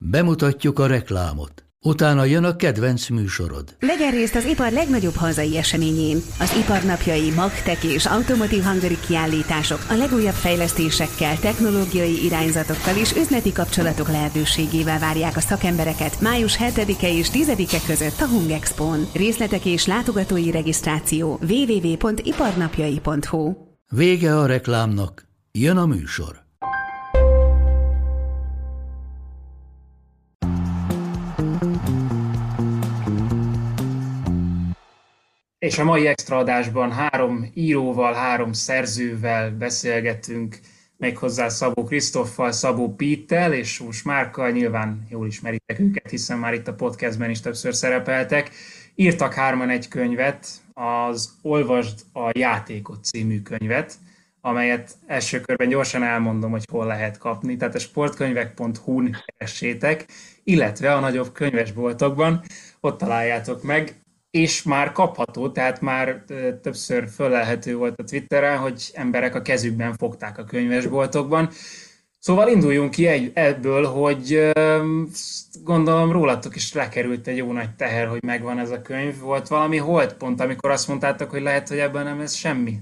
Bemutatjuk a reklámot. Utána jön a kedvenc műsorod. Vegyen részt az ipar legnagyobb hazai eseményén. Az iparnapjai, magtek és Automotive Hungary kiállítások a legújabb fejlesztésekkel, technológiai irányzatokkal és üzleti kapcsolatok lehetőségével várják a szakembereket május 7-e és 10-e között a Hungexpón. Részletek és látogatói regisztráció www.iparnapjai.hu. Vége a reklámnak, jön a műsor. És a mai extra adásban 3 íróval, 3 szerzővel beszélgetünk, méghozzá Szabó Krisztoffal, Szabó Pittel és Sós Márkkal, nyilván jól ismeritek őket, hiszen már itt a podcastben is többször szerepeltek. Írtak 3-an egy könyvet, az Olvasd a játékot című könyvet, amelyet első körben gyorsan elmondom, hogy hol lehet kapni, tehát a sportkönyvek.hu-n keressétek, illetve a nagyobb könyvesboltokban, ott találjátok meg, és már kapható, tehát már többször fölelhető volt a Twitteren, hogy emberek a kezükben fogták a könyvesboltokban. Szóval induljunk ki ebből, hogy gondolom rólatok is lekerült egy jó nagy teher, hogy megvan ez a könyv. Volt valami holdpont, amikor azt mondtátok, hogy lehet, hogy ebben nem lesz semmi?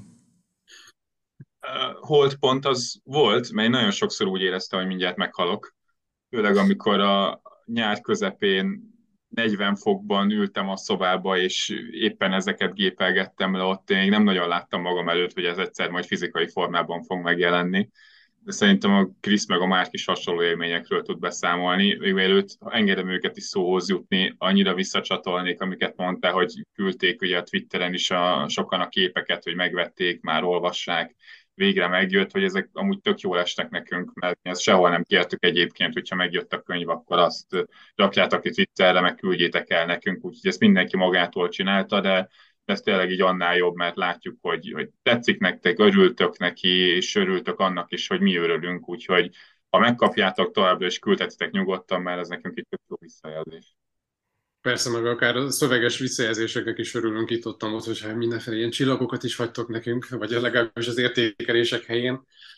Holdpont az volt, mert nagyon sokszor úgy éreztem, hogy mindjárt meghalok. Főleg amikor a nyár közepén 40 fokban ültem a szobába, és éppen ezeket gépelgettem le ott. Én még nem nagyon láttam magam előtt, hogy ez egyszer majd fizikai formában fog megjelenni. De szerintem a Krisz meg a Márk is hasonló élményekről tud beszámolni. Még mielőtt engedem őket is szóhoz jutni, annyira visszacsatolnék, amiket mondtál, hogy küldték ugye a Twitteren is sokan a képeket, hogy megvették, már olvassák. Végre megjött, hogy ezek amúgy tök jól esnek nekünk, mert ezt sehol nem kértük egyébként, hogyha megjött a könyv, akkor azt rakjátok ki Twitterre, meg küldjétek el nekünk, úgyhogy ezt mindenki magától csinálta, de ez tényleg így annál jobb, mert látjuk, hogy tetszik nektek, örültök neki, és örültök annak is, hogy mi örülünk, úgyhogy ha megkapjátok továbbra is küldhetitek nyugodtan, mert ez nekünk egy tök jó visszajelzés. Persze, meg akár a szöveges visszajelzéseknek is örülünk itt ott, hogyha mindenféle ilyen csillagokat is hagytok nekünk, vagy legalábbis az értékelések helyén.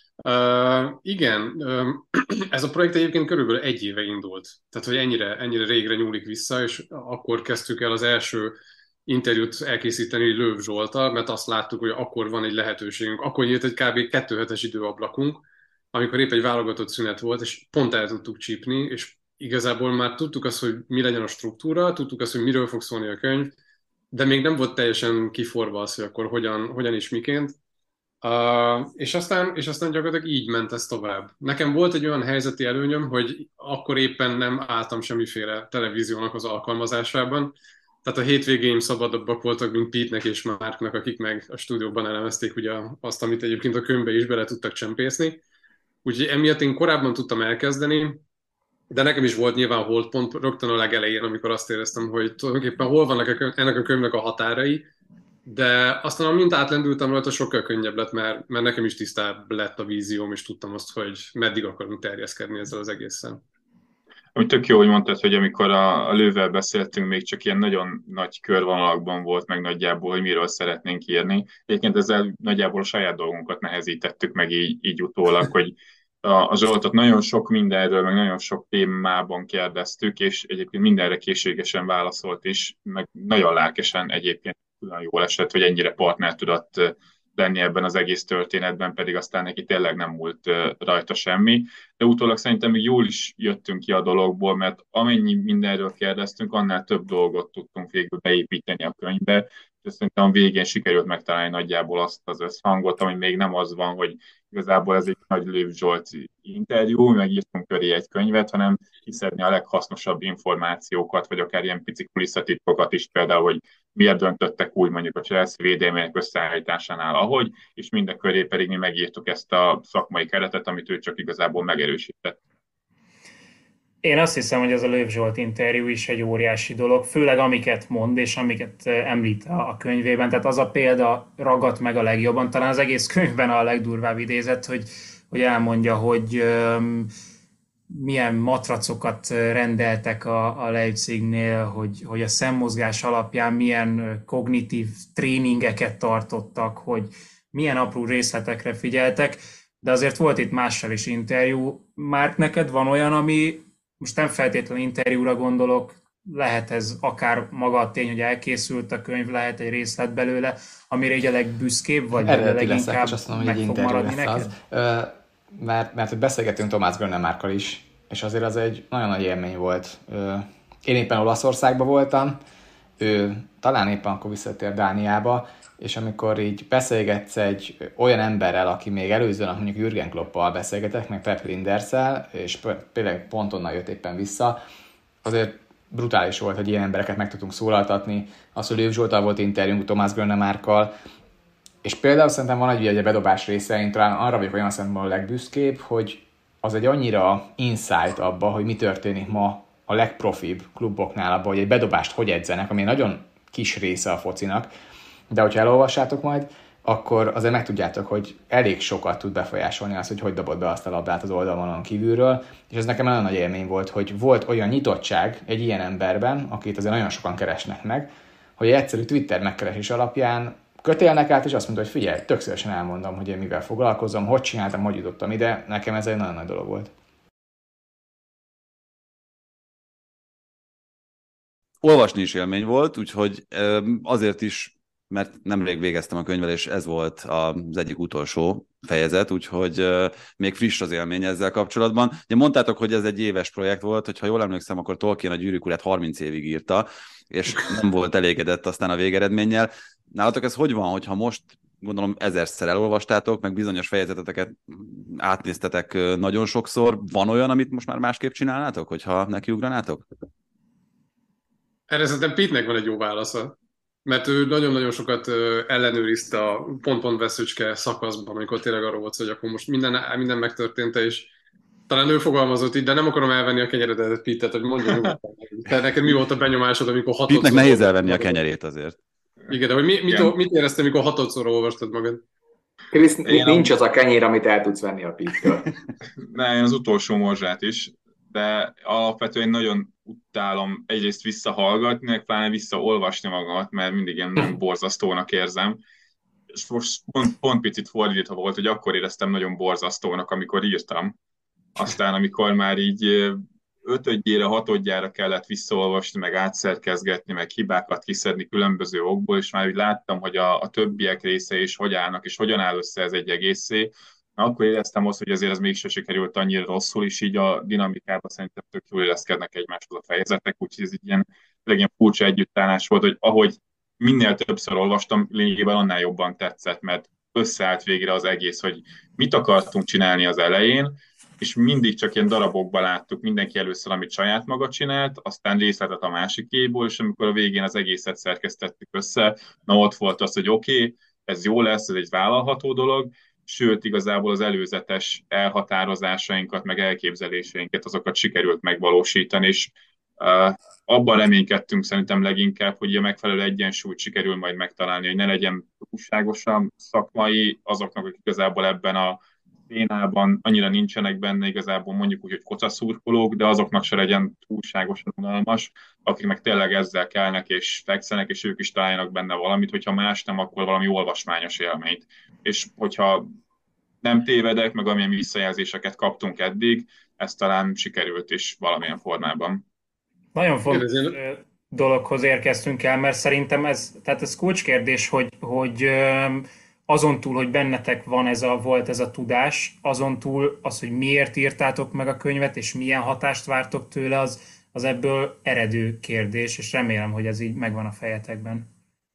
Igen, ez a projekt egyébként körülbelül 1 éve indult. Tehát, hogy ennyire régre nyúlik vissza, és akkor kezdtük el az első interjút elkészíteni Löw Zsolttal, mert azt láttuk, hogy akkor van egy lehetőségünk. Akkor nyílt egy kb. 2 hetes időablakunk, amikor épp egy válogatott szünet volt, és pont el tudtuk csípni, és igazából már tudtuk azt, hogy mi legyen a struktúra, tudtuk azt, hogy miről fog szólni a könyv, de még nem volt teljesen kiforva az, hogy akkor hogyan és miként. És aztán gyakorlatilag így ment ez tovább. Nekem volt egy olyan helyzeti előnyöm, hogy akkor éppen nem álltam semmiféle televíziónak az alkalmazásában, tehát a hétvégéim szabadabbak voltak, mint Pete-nek és Marknak, akik meg a stúdióban elemezték ugye azt, amit egyébként a könyvbe is bele tudtak csempészni. Úgyhogy emiatt én korábban tudtam elkezdeni, de nekem is volt nyilván holdpont rögtön a legelején, amikor azt éreztem, hogy tulajdonképpen hol vannak ennek a könyvnek a határai, de aztán amint átlendültem rajta, sokkal könnyebb lett, mert nekem is tisztább lett a vízióm, és tudtam azt, hogy meddig akarunk terjeszkedni ezzel az egészen. Úgy tök jó, hogy mondtad, hogy amikor a Lővel beszéltünk, még csak ilyen nagyon nagy körvonalakban volt meg nagyjából, hogy miről szeretnénk írni. Egyébként ezzel nagyjából a saját dolgunkat nehezítettük meg így utólag, hogy a Zsoltot nagyon sok mindenről, meg nagyon sok témában kérdeztük, és egyébként mindenre készségesen válaszolt is, meg nagyon lelkesen egyébként nagyon jól esett, hogy ennyire partner tudott lenni ebben az egész történetben, pedig aztán neki tényleg nem múlt rajta semmi. De utólag szerintem még jól is jöttünk ki a dologból, mert amennyi mindenről kérdeztünk, annál több dolgot tudtunk végül beépíteni a könyvbe, és szerintem a végén sikerült megtalálni nagyjából azt az összhangot, ami még nem az van, hogy igazából ez egy nagy Löw Zsolt interjú, megírtunk köré egy könyvet, hanem kiszedni a leghasznosabb információkat, vagy akár ilyen pici kulisszatitkokat is, például, hogy miért döntöttek úgy mondjuk a Chelsea védelmének összeállításánál, ahogy, és minden köré pedig mi megírtuk ezt a szakmai keretet, amit ő csak igazából megerősített. Én azt hiszem, hogy ez a Löw Zsolt interjú is egy óriási dolog, főleg amiket mond és amiket említ a könyvében. Tehát az a példa ragadt meg a legjobban, talán az egész könyvben a legdurvább idézet, hogy elmondja, hogy milyen matracokat rendeltek a Leipzignél, hogy a szemmozgás alapján milyen kognitív tréningeket tartottak, hogy milyen apró részletekre figyeltek, de azért volt itt mással is interjú. Márk, neked van olyan, ami most nem feltétlenül interjúra gondolok, lehet ez akár maga a tény, hogy elkészült a könyv, lehet egy részlet belőle, amire így a legbüszkébb, vagy a leginkább meg fog maradni neked? Mert beszélgettünk Thomas Grönemarkkal is, és azért az egy nagyon nagy élmény volt. Én éppen Olaszországban voltam, ő talán éppen akkor visszatért Dániába, és amikor így beszélgetsz egy olyan emberrel, aki még előző nap mondjuk Jürgen Kloppal beszélgetek, meg Pep Linderszel, és például pont onnan jött éppen vissza, azért brutális volt, hogy ilyen embereket meg tudtunk szólaltatni. Az, hogy Lőv Zsoltal volt interjúnk Thomas Grönemarkkal, és például szerintem van egy bedobás része, én talán arra vagyok olyan szempontból a legbüszkébb, hogy az egy annyira insight abba, hogy mi történik ma a legprofibb kluboknál abban, hogy egy bedobást hogy edzenek, ami nagyon kis része a focinak, de hogyha elolvassátok majd, akkor azért megtudjátok, hogy elég sokat tud befolyásolni az, hogy dobod be azt a labdát az oldalvonalon kívülről, és ez nekem nagyon nagy élmény volt, hogy volt olyan nyitottság egy ilyen emberben, akit azért nagyon sokan keresnek meg, hogy egy egyszerű Twitter megkeresés alapján kötélnek át, és azt mondta, hogy figyelj, tök szívesen elmondom, hogy én mivel foglalkozom, hogy csináltam, hogy jutottam ide, nekem ez egy nagyon nagy dolog volt. Olvasni is élmény volt, úgyhogy azért is, mert nemrég végeztem a könyvvel, és ez volt az egyik utolsó fejezet, úgyhogy még friss az élmény ezzel kapcsolatban. Ugye mondtátok, hogy ez egy éves projekt volt, hogyha jól emlékszem, akkor Tolkien a Gyűrűk Urát 30 évig írta, és nem volt elégedett aztán a végeredménnyel. Nálatok ez hogy van, hogyha most gondolom 1000-szer elolvastátok, meg bizonyos fejezeteket átnéztetek nagyon sokszor, van olyan, amit most már másképp csinálnátok, hogyha nekiugranátok? Erre szerintem Pete-nek van egy jó válasza, mert ő nagyon-nagyon sokat ellenőrizte a pont-pont veszőcske szakaszban, amikor tényleg arról volt, hogy akkor most minden megtörtént, és talán ő fogalmazott így, de nem akarom elvenni a kenyeredet, Pete-et, hogy mondjam, te neked mi volt a benyomásod, amikor hatodszor... Pete-nek nehéz elvenni a kenyerét azért. Igen, de hogy mit éreztél, amikor hatodszor olvastad magad? Krisz, nincs az a kenyér, amit el tudsz venni a Pete-től. Ne, én az utolsó morzsát is, de alapvetően nagyon utálom egyrészt visszahallgatni, meg pláne visszaolvasni magamat, mert mindig ilyen nagyon borzasztónak érzem. És most pont picit fordítva volt, hogy akkor éreztem nagyon borzasztónak, amikor írtam. Aztán, amikor már így ötödjére, hatodjára kellett visszaolvasni, meg átszerkezgetni, meg hibákat kiszedni különböző okból, és már úgy láttam, hogy a többiek része is hogy állnak, és hogyan áll össze ez egy egészé. Akkor éreztem azt, hogy azért ez mégsem sikerült annyira rosszul, és így a dinamikában szerintem tök jól illeszkednek egymáshoz a fejezetek, úgyhogy ez egy ilyen furcsa együttállás volt, hogy ahogy minél többször olvastam, lényegében annál jobban tetszett, mert összeállt végre az egész, hogy mit akartunk csinálni az elején, és mindig csak ilyen darabokban láttuk, mindenki először, amit saját maga csinált, aztán részletet a másikéból, és amikor a végén az egészet szerkesztettük össze, na ott volt az, hogy oké, ez jó lesz, ez egy vállalható dolog, sőt, igazából az előzetes elhatározásainkat, meg elképzeléseinket, azokat sikerült megvalósítani, és abban reménykedtünk szerintem leginkább, hogy a megfelelő egyensúlyt sikerül majd megtalálni, hogy ne legyen túlságosan szakmai azoknak, akik igazából ebben a szénában annyira nincsenek benne, igazából mondjuk úgy, hogy kocaszurkolók, de azoknak se legyen túlságosan unalmas, akik meg tényleg ezzel kelnek és fekszenek, és ők is találjanak benne valamit, hogyha más nem, akkor valami olvasmányos élményt. És hogyha nem tévedek, meg amilyen visszajelzéseket kaptunk eddig, ez talán sikerült is valamilyen formában. Nagyon fontos dologhoz érkeztünk el, mert szerintem ez kulcskérdés, hogy azon túl, hogy bennetek volt ez a tudás, azon túl az, hogy miért írtátok meg a könyvet, és milyen hatást vártok tőle, az ebből eredő kérdés, és remélem, hogy ez így megvan a fejetekben.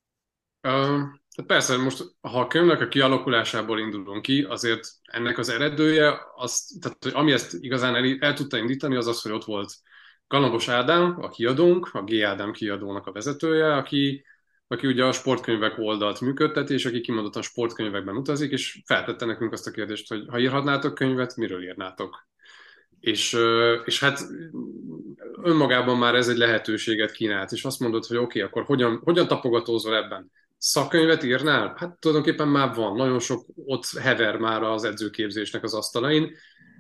Persze, most ha a könyvnek a kialakulásából indulunk ki, azért ennek az eredője, tehát, hogy ami ezt igazán el tudta indítani, az az, hogy ott volt Galambos Ádám, a kiadónk, a G. Ádám kiadónak a vezetője, aki ugye a sportkönyvek oldalt működteti, és aki kimondottan sportkönyvekben utazik, és feltette nekünk azt a kérdést, hogy ha írhatnátok könyvet, miről írnátok? És hát önmagában már ez egy lehetőséget kínált, és azt mondod, hogy oké, akkor hogyan tapogatózol ebben? Szakkönyvet írnál? Hát tulajdonképpen már van, nagyon sok ott hever már az edzőképzésnek az asztalain.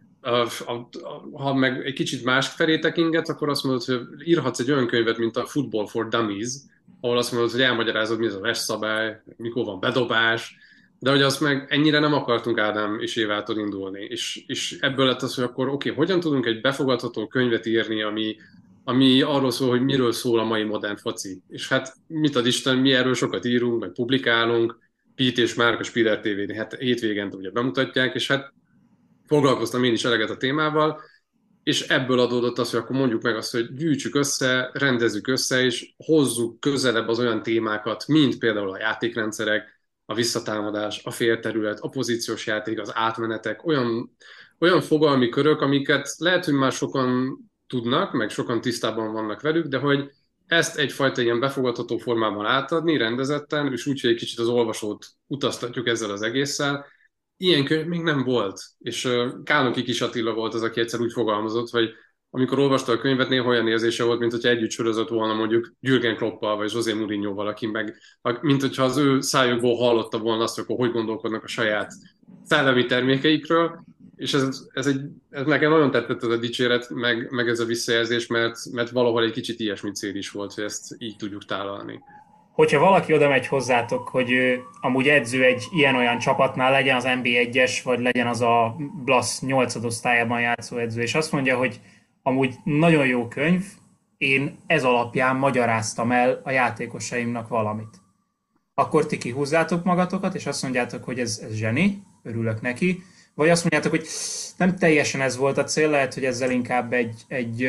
Ha meg egy kicsit más felé tekinget, akkor azt mondod, hogy írhatsz egy olyan könyvet, mint a Football for Dummies, ahol azt mondod, hogy elmagyarázod, mi az a szabály, mikor van bedobás, de hogy azt meg ennyire nem akartunk Ádám és Évától indulni. És ebből lett az, hogy akkor oké, hogyan tudunk egy befogadható könyvet írni, ami arról szól, hogy miről szól a mai modern foci. És hát mit ad Isten, mi erről sokat írunk, meg publikálunk, Pete és Márk a Spider TV-n hát hétvégente ugye bemutatják, és hát foglalkoztam én is eleget a témával, és ebből adódott az, hogy akkor mondjuk meg azt, hogy gyűjtsük össze, rendezzük össze, és hozzuk közelebb az olyan témákat, mint például a játékrendszerek, a visszatámadás, a félterület, a pozíciós játék, az átmenetek, olyan fogalmi körök, amiket lehet, hogy már sokan tudnak, meg sokan tisztában vannak velük, de hogy ezt egyfajta ilyen befogadható formában átadni, rendezetten, és úgy, hogy egy kicsit az olvasót utaztatjuk ezzel az egésszel, ilyen könyv még nem volt. És Kálnoki Kis Attila volt az, aki egyszer úgy fogalmazott, hogy amikor olvasta a könyvet, néha olyan érzése volt, mint hogyha együtt sörözött volna mondjuk Jürgen Kloppal, vagy José Mourinhoval, aki meg, mint hogyha az ő szájukból hallotta volna azt, hogy hogy gondolkodnak a saját szellemi termékeikről, és ez nekem nagyon tetszett ez a dicséret, meg ez a visszajelzés, mert valahol egy kicsit ilyesmi cél is volt, hogy ezt így tudjuk tálalni. Hogyha valaki oda megy hozzátok, hogy ő amúgy edző egy ilyen-olyan csapatnál, legyen az NB1-es, vagy legyen az a BLAS 8. osztályában játszó edző, és azt mondja, hogy amúgy nagyon jó könyv, én ez alapján magyaráztam el a játékosaimnak valamit. Akkor ti kihúzzátok magatokat, és azt mondjátok, hogy ez zseni, örülök neki, vagy azt mondjátok, hogy nem teljesen ez volt a cél, lehet, hogy ezzel inkább egy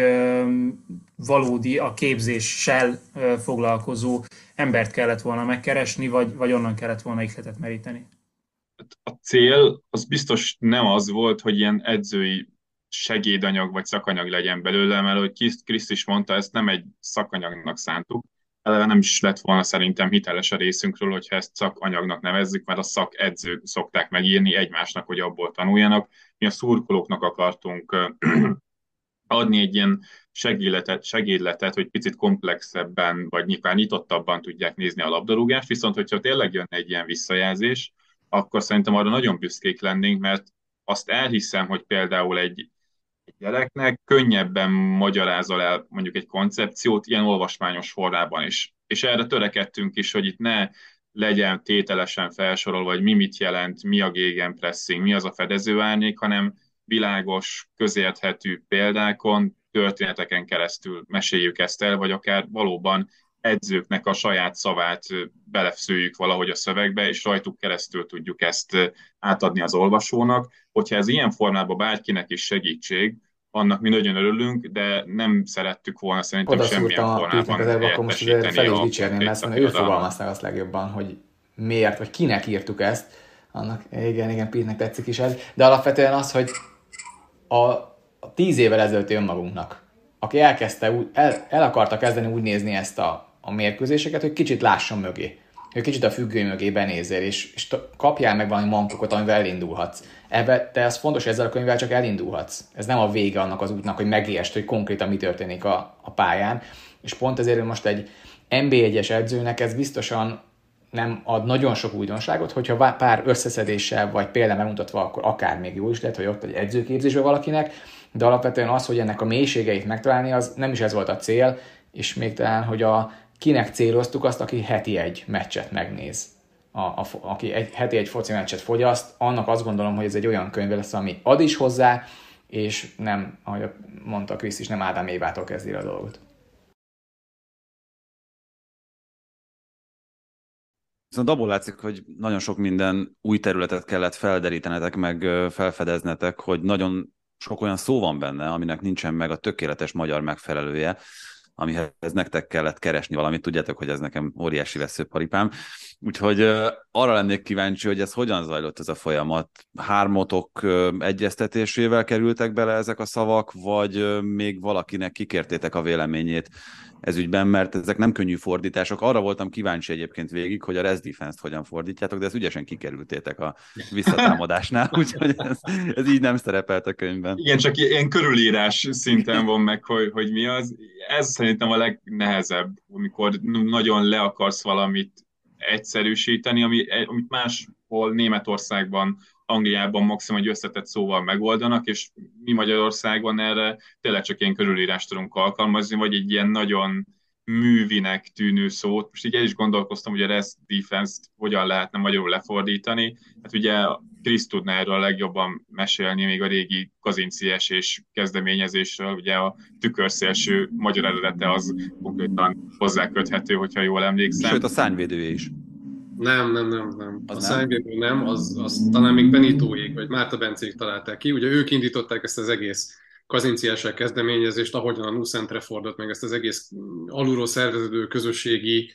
valódi, a képzéssel foglalkozó embert kellett volna megkeresni, vagy onnan kellett volna ihletet meríteni. A cél az biztos nem az volt, hogy ilyen edzői segédanyag vagy szakanyag legyen belőle, mert ahogy Krisz is mondta, ezt nem egy szakanyagnak szántuk. Eleve nem is lett volna szerintem hiteles a részünkről, hogyha ezt szakanyagnak nevezzük, mert a szakedzők szokták megírni egymásnak, hogy abból tanuljanak. Mi a szurkolóknak akartunk adni egy ilyen segédletet, hogy picit komplexebben, vagy nyilván nyitottabban tudják nézni a labdarúgást, viszont hogyha tényleg jönne egy ilyen visszajelzés, akkor szerintem arra nagyon büszkék lennénk, mert azt elhiszem, hogy például egy gyereknek könnyebben magyarázol el mondjuk egy koncepciót ilyen olvasmányos formában is. És erre törekedtünk is, hogy itt ne legyen tételesen felsorolva, hogy mi mit jelent, mi a gegenpressing, mi az a fedezőárnyék, hanem világos, közérthető példákon, történeteken keresztül meséljük ezt el, vagy akár valóban edzőknek a saját szavát belefszőjük valahogy a szövegbe, és rajtuk keresztül tudjuk ezt átadni az olvasónak. Hogyha ez ilyen formában bárkinek is segítség, annak mi nagyon örülünk, de nem szerettük volna szerintem semmilyen formában helyettesíteni. Akkor most fel is dicsérném ezt, mert ő fogalmazta azt legjobban, hogy miért, vagy kinek írtuk ezt. Annak, igen, Pete-nek tetszik is ez. De alapvetően az, hogy a 10 évvel ezelőtti önmagunknak, aki el akarta kezdeni úgy nézni ezt a mérkőzéseket, hogy kicsit lásson mögé. Hogy kicsit a függöny mögé benézzél, és kapjál meg valami mankokot, amivel elindulhatsz. De az fontos, hogy ezzel a könyvvel csak elindulhatsz. Ez nem a vége annak az útnak, hogy megértsd, hogy konkrétan mi történik a pályán. És pont ezért most egy NB1-es edzőnek ez biztosan nem ad nagyon sok újdonságot, hogyha pár összeszedéssel vagy például megmutatva, akkor akár még jó is lehet, hogy ott egy edzőképzésben valakinek, de alapvetően az, hogy ennek a mélységeit megtalálni, az nem is ez volt a cél, és még talán, hogy kinek céloztuk azt, aki heti egy meccset megnéz. Aki heti egy foci meccset fogyaszt, annak azt gondolom, hogy ez egy olyan könyv lesz, ami ad is hozzá, és nem, ahogy mondta Krisz is, nem Ádám Évától kezdi a dolgot. Viszont abból látszik, hogy nagyon sok minden új területet kellett felderítenetek, meg felfedeznetek, hogy nagyon sok olyan szó van benne, aminek nincsen meg a tökéletes magyar megfelelője, amihez nektek kellett keresni valamit. Tudjátok, hogy ez nekem óriási veszőparipám. Úgyhogy arra lennék kíváncsi, hogy ez hogyan zajlott ez a folyamat. Hármatok egyeztetésével kerültek bele ezek a szavak, vagy még valakinek kikértétek a véleményét ez ügyben, mert ezek nem könnyű fordítások. Arra voltam kíváncsi egyébként végig, hogy a Rest Defense-t hogyan fordítjátok, de ezt ügyesen kikerültétek a visszatámadásnál, úgyhogy ez így nem szerepelt a könyvben. Igen, csak ilyen körülírás szinten van meg, hogy mi az. Ez szerintem a legnehezebb, amikor nagyon le akarsz valamit egyszerűsíteni, amit máshol Németországban, Angliában maximum egy összetett szóval megoldanak, és mi Magyarországon erre tényleg csak ilyen körülírást tudunk alkalmazni, vagy egy ilyen nagyon művinek tűnő szót. Most így el is gondolkoztam, hogy a rest defense-t hogyan lehetne magyarul lefordítani. Hát ugye Krisz tudná erről a legjobban mesélni, még a régi Kazinci esés kezdeményezésről. Ugye a tükörszélső magyar eredete az konkrétan hozzáköthető, hogyha jól emlékszem. Sőt, a szárnyvédője is. Nem. Az A nem? szárnyvédő nem, az talán még Benítóék, vagy Márta Bencék találták ki. Ugye ők indították ezt az egész kazinciásság kezdeményezést, ahogyan a Nusent Treffordot, meg ezt az egész alulról szerveződő közösségi,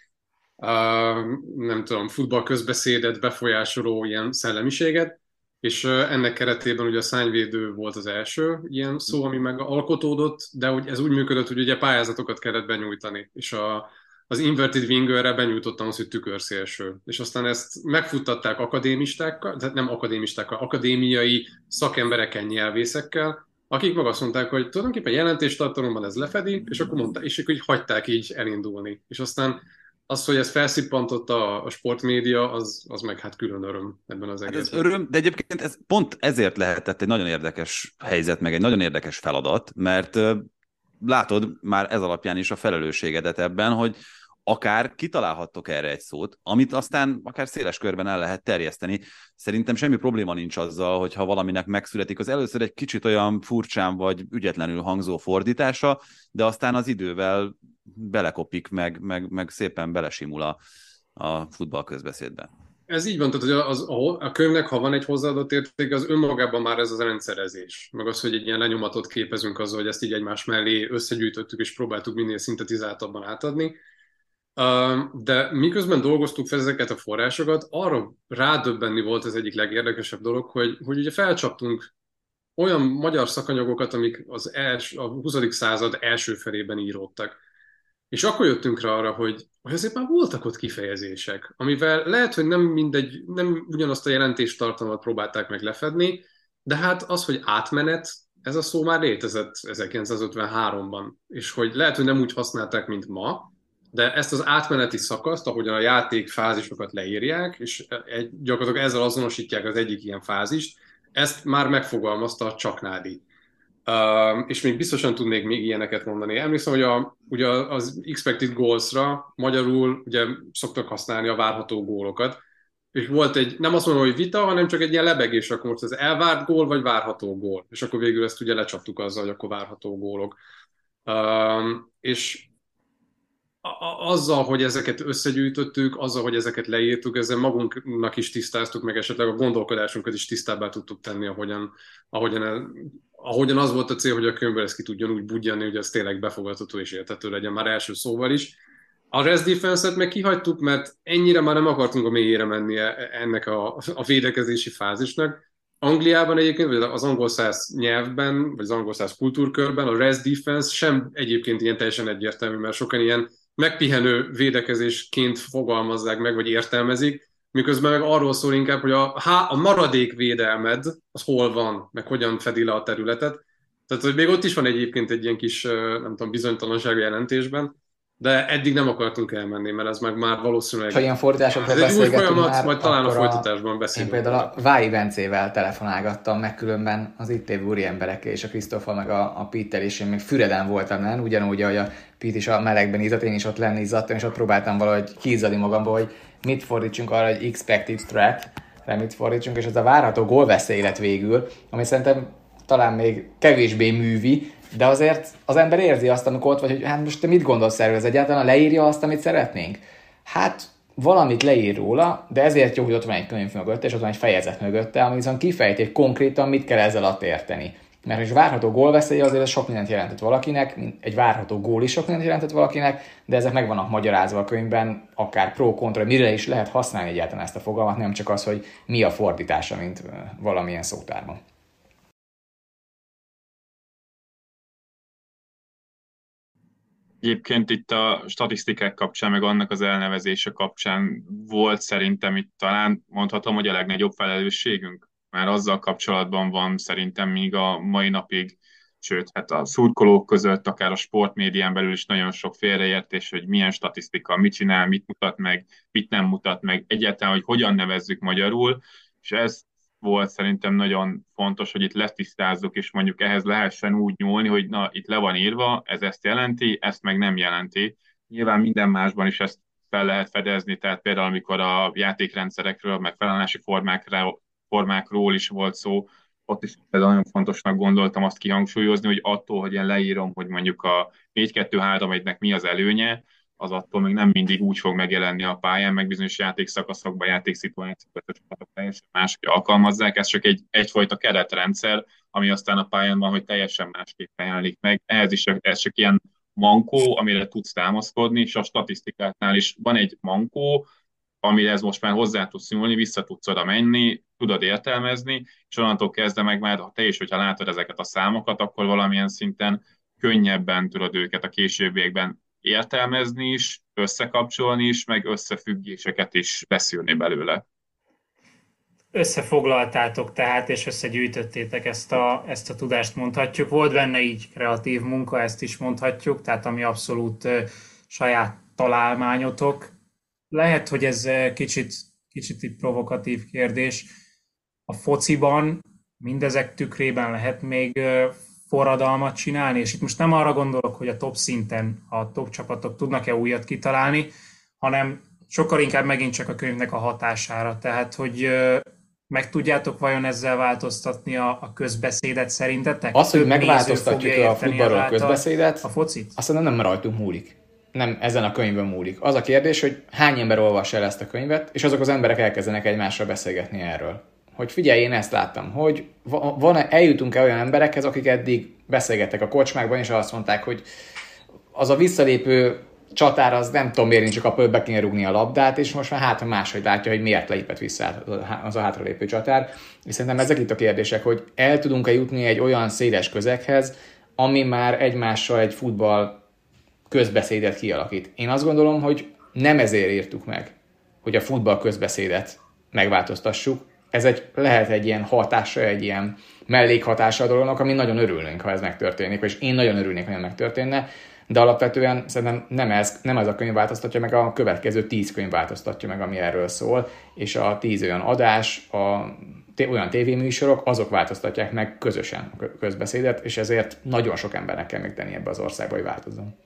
nem tudom, futball közbeszédet befolyásoló ilyen szellemiséget, és ennek keretében ugye a szárnyvédő volt az első ilyen szó, ami megalkotódott, de ez úgy működött, hogy ugye pályázatokat kellett benyújtani, és az inverted wingerre benyújtottam az, hogy tükörszélső. És aztán ezt megfuttatták akadémistákkal, tehát nem akadémistákkal, akadémiai szakemberekkel, nyelvészekkel, akik meg azt mondták, hogy tulajdonképpen jelentéstartalomban ez lefedi, és akkor mondták, és akkor így hagyták így elindulni. És aztán az, hogy ez felszippantotta a sportmédia, az meg hát külön öröm ebben az egészben. Hát ez öröm, de egyébként pont ezért lehetett egy nagyon érdekes helyzet, meg egy nagyon érdekes feladat, mert látod már ez alapján is a felelősségedet ebben, hogy akár kitalálhattok erre egy szót, amit aztán akár széles körben el lehet terjeszteni. Szerintem semmi probléma nincs azzal, hogyha valaminek megszületik. Az először egy kicsit olyan furcsán vagy ügyetlenül hangzó fordítása, de aztán az idővel belekopik, meg szépen belesimul a futball közbeszédbe. Ez így van, tehát hogy a könyvnek, ha van egy hozzáadott érték, az önmagában már ez az rendszerezés. Meg az, hogy egy ilyen lenyomatot képezünk azzal, hogy ezt így egymás mellé összegyűjtöttük, és próbáltuk minél szintetizáltabban átadni. De miközben dolgoztuk fel ezeket a forrásokat, arra rádöbbenni volt az egyik legérdekesebb dolog, hogy ugye felcsaptunk olyan magyar szakanyagokat, amik a 20. század első felében íródtak. És akkor jöttünk rá arra, hogy azért már voltak ott kifejezések, amivel lehet, hogy nem ugyanazt a jelentéstartalmat próbálták meg lefedni, de hát az, hogy átmenet, ez a szó már létezett 1953-ban, és hogy lehet, hogy nem úgy használták, mint ma, de ezt az átmeneti szakaszt, ahogyan a játék fázisokat leírják, és gyakorlatilag ezzel azonosítják az egyik ilyen fázist, ezt már megfogalmazta a Csaknádi. És még biztosan tudnék még ilyeneket mondani. Emlékszem, hogy ugye az expected goals-ra magyarul ugye szoktak használni a várható gólokat, és volt nem azt mondom, hogy vita, hanem csak egy ilyen lebegés, akkor most az elvárt gól, vagy várható gól. És akkor végül ezt ugye lecsaptuk azzal, hogy akkor várható gólok. És azzal, hogy ezeket összegyűjtöttük, azzal, hogy ezeket leírtuk, ezzel magunknak is tisztáztuk, meg esetleg a gondolkodásunkat is tisztábbá tudtuk tenni, ahogyan az volt a cél, hogy a könyvből ezt ki tudjon úgy budjanni, hogy ez tényleg befogadható és érthető legyen már első szóval is. A rest defense-et meg kihagytuk, mert ennyire már nem akartunk a mélyére menni ennek a védekezési fázisnak. Angliában egyébként, vagy az angol száz nyelvben, vagy az angol száz kultúrkörben a rest defense sem egyébként ilyen teljesen egyértelmű, mert sokan ilyen megpihenő védekezésként fogalmazzák meg, vagy értelmezik, miközben meg arról szól inkább, hogy a maradék védelmed, az hol van, meg hogyan fedi le a területet. Tehát, hogy még ott is van egyébként egy ilyen kis, nem tudom, bizonytalanság jelentésben, de eddig nem akartunk elmenni, mert ez meg már valószínűleg... Ha ilyen fordításokról beszélgetünk már, majd talán a folytatásban beszélünk. Én például a Vályi Bencével telefonálgattam, meg különben az itt lévő úri emberekkel, és a Krisztóffal, meg a Pittel, és én még Füreden voltam, nem? Ugyanúgy, ahogy a Pit is a melegben izzadt, én is ott lenni izzadtam, és ott próbáltam valahogy kiizzadni magamból, hogy mit fordítsunk arra, hogy expected threat, mit fordítsunk, és ez a várható gólveszély lett végül, ami szerintem talán még kevésbé művi, de azért az ember érzi azt, amikor ott vagy, hogy hát most te mit gondolsz erről, ez egyáltalán leírja azt, amit szeretnénk? Hát valamit leír róla, de ezért jó, hogy ott van egy könyv mögötte, és ott van egy fejezet mögötte, ami viszont kifejti, hogy konkrétan mit kell ezzel alatt érteni. Mert egy várható gólveszély azért ez sok mindent jelentett valakinek, egy várható gól is sok mindent jelentett valakinek, de ezek meg vannak magyarázva a könyvben, akár pro-kontra, mire is lehet használni egyáltalán ezt a fogalmat, nem csak az, hogy mi a fordítása, mint valamilyen szótárban. Egyébként itt a statisztikák kapcsán, meg annak az elnevezése kapcsán volt szerintem itt talán mondhatom, hogy a legnagyobb felelősségünk. Már azzal kapcsolatban van szerintem még a mai napig, sőt, hát a szurkolók között, akár a sportmédián belül is nagyon sok félreértés, hogy milyen statisztika, mit csinál, mit mutat meg, mit nem mutat meg, egyáltalán, hogy hogyan nevezzük magyarul, és ez volt szerintem nagyon fontos, hogy itt letisztázzuk, és mondjuk ehhez lehessen úgy nyúlni, hogy na, itt le van írva, ez ezt jelenti, ezt meg nem jelenti. Nyilván minden másban is ezt fel lehet fedezni, tehát például amikor a játékrendszerekről, meg felállási formákról is volt szó, ott is például nagyon fontosnak gondoltam azt kihangsúlyozni, hogy attól, hogy én leírom, hogy mondjuk a 4-2-3-1-nek mi az előnye, az attól még nem mindig úgy fog megjelenni a pályán, meg bizonyos játékszakaszokban, játékszituációkban a csapatok teljesen máshogy alkalmazzák. Ez csak egyfajta keretrendszer, ami aztán a pályán van, hogy teljesen másképpen jelenik meg. Ehhez is ez csak ilyen mankó, amire tudsz támaszkodni, és a statisztikáknál is van egy mankó, amihez most már hozzá tudsz nyúlni, vissza tudsz oda menni, tudod értelmezni, és onnantól kezdve meg már te is, hogyha látod ezeket a számokat, akkor valamilyen szinten könnyebben tudod őket a későbbiekben értelmezni is, összekapcsolni is, meg összefüggéseket is beszűrni belőle. Összefoglaltátok tehát, és összegyűjtöttétek ezt a tudást, mondhatjuk. Volt benne így kreatív munka, ezt is mondhatjuk, tehát ami abszolút saját találmányotok. Lehet, hogy ez kicsit így provokatív kérdés. A fociban mindezek tükrében lehet még forradalmat csinálni, és itt most nem arra gondolok, hogy a top szinten a top csapatok tudnak-e újat kitalálni, hanem sokkal inkább megint csak a könyvnek a hatására. Tehát, hogy meg tudjátok vajon ezzel változtatni a közbeszédet szerintetek? Az, hogy megváltoztatjuk a futballról a közbeszédet, a focit? azt nem rajtunk múlik. Nem ezen a könyvben múlik. Az a kérdés, hogy hány ember olvassa el ezt a könyvet, és azok az emberek elkezdenek egymással beszélgetni erről. Hogy figyelj, én ezt láttam, hogy eljutunk-e olyan emberekhez, akik eddig beszélgettek a kocsmákban, és azt mondták, hogy az a visszalépő csatár, az nem tudom miért, csak a pöldbe kéne rúgni a labdát, és most már máshogy látja, hogy miért lépett vissza az a hátralépő csatár. És szerintem ezek itt a kérdések, hogy el tudunk-e jutni egy olyan széles közeghez, ami már egymással egy futball közbeszédet kialakít. Én azt gondolom, hogy nem ezért írtuk meg, hogy a futball közbeszédet megváltoztassuk. Ez lehet egy ilyen hatása, egy ilyen mellékhatása a dolognak, ami nagyon örülnénk, ha ez megtörténik, és én nagyon örülnék, ha ez megtörténne, de alapvetően szerintem nem ez a könyv változtatja meg, a következő 10 könyv változtatja meg, ami erről szól, és a 10 olyan adás, olyan tévéműsorok, azok változtatják meg közösen a közbeszédet, és ezért nagyon sok embernek kell még tenni ebbe az országba, hogy változzon.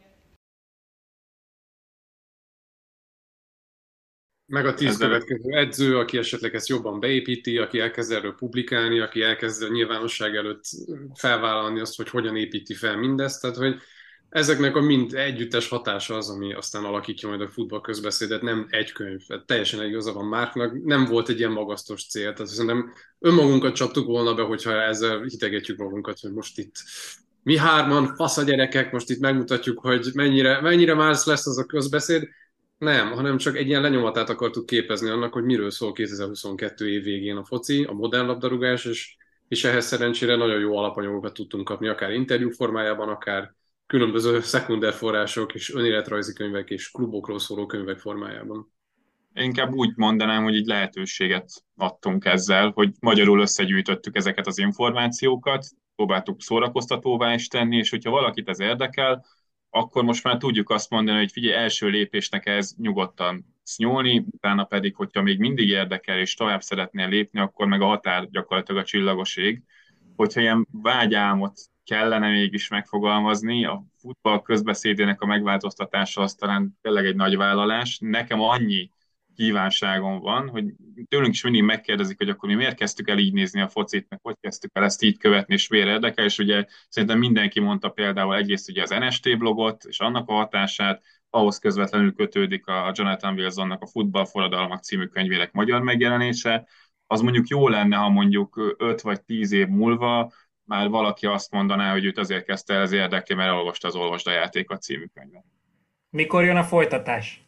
Meg a 10 következő edző, aki esetleg ezt jobban beépíti, aki elkezd erről publikálni, aki elkezd a nyilvánosság előtt felvállalni azt, hogy hogyan építi fel mindezt. Tehát, hogy ezeknek a mind együttes hatása az, ami aztán alakítja majd a futball közbeszédet, nem egy könyv. Tehát teljesen igaza van Márknak, nem volt egy ilyen magasztos cél. Tehát szerintem önmagunkat csaptuk volna be, hogyha ezzel hitegetjük magunkat, hogy most itt mi hárman, fasz a gyerekek, most itt megmutatjuk, hogy mennyire más lesz az a közbeszéd. Nem, hanem csak egy ilyen lenyomatát akartuk képezni annak, hogy miről szól 2022 év végén a foci, a modern labdarúgás, és ehhez szerencsére nagyon jó alapanyagokat tudtunk kapni, akár interjú formájában, akár különböző szekunder források és önéletrajzi könyvek és klubokról szóló könyvek formájában. Inkább úgy mondanám, hogy így lehetőséget adtunk ezzel, hogy magyarul összegyűjtöttük ezeket az információkat, próbáltuk szórakoztatóvá is tenni, és hogyha valakit ez érdekel, akkor most már tudjuk azt mondani, hogy figyelj, első lépésnek ez nyugodtan nyúlni, utána pedig, hogyha még mindig érdekel és tovább szeretnél lépni, akkor meg a határ gyakorlatilag a csillagos ég. Hogyha ilyen vágyálmot kellene mégis megfogalmazni, a futball közbeszédének a megváltoztatása az talán tényleg egy nagy vállalás. Nekem annyi kívánságom van, hogy tőlünk is mindig megkérdezik, hogy akkor mi miért kezdtük el így nézni a focit, meg hogy kezdtük el ezt így követni, és miért érdekel, és ugye szerintem mindenki mondta például egyrészt ugye az NST blogot, és annak a hatását, ahhoz közvetlenül kötődik a Jonathan Wilsonnak a Futballforradalmak című könyvének magyar megjelenése. Az mondjuk jó lenne, ha mondjuk 5 vagy 10 év múlva már valaki azt mondaná, hogy őt azért kezdte el az érdekli, mert elolvasta az Olvasd a játékot című könyvet. Mikor jön a folytatás?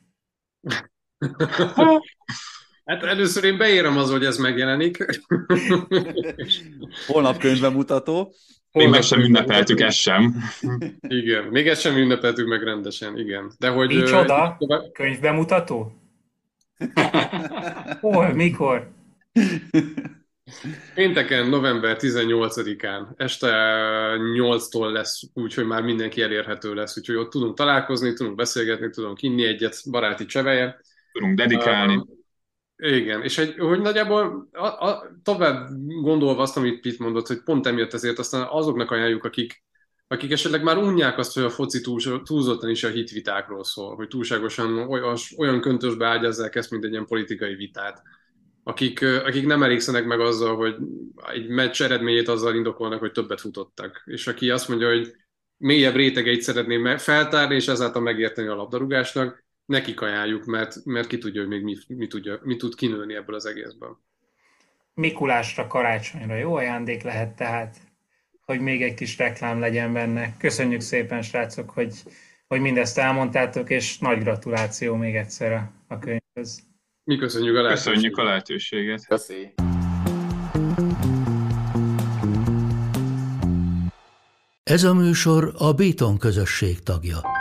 Hát először én beérem az, hogy ez megjelenik. Holnap könyvbemutató. Még meg sem ünnepeltük, ezt sem. Igen, még ezt sem ünnepeltük meg rendesen, igen. De hogy, micsoda? Könyvbemutató? Hol? Mikor? Pénteken, november 18-án, este 8-tól lesz, úgyhogy már mindenki elérhető lesz, úgyhogy ott tudunk találkozni, tudunk beszélgetni, tudunk inni egyet, baráti cseveje. Tudunk dedikálni. Igen, és hogy nagyjából tovább gondolva azt, amit Pitt mondott, hogy pont emiatt ezért aztán azoknak ajánljuk, akik akik esetleg már unják azt, hogy a foci túlzottan is a hitvitákról szól, hogy túlságosan olyan köntösbe ágyazzák ezt, mint egy ilyen politikai vitát. Akik nem elégszenek meg azzal, hogy egy meccs eredményét azzal indokolnak, hogy többet futottak. És aki azt mondja, hogy mélyebb rétegeit szeretné feltárni, és ezáltal megérteni a labdarúgásnak, nekik ajánljuk, mert ki tudja, hogy még mi tud kinőni ebből az egészből. Mikulásra, karácsonyra jó ajándék lehet tehát, hogy még egy kis reklám legyen benne. Köszönjük szépen, srácok, hogy mindezt elmondtátok, és nagy gratuláció még egyszer a könyvhöz. Mi köszönjük a lehetőséget. Köszi. Ez a műsor a Béton közösség tagja.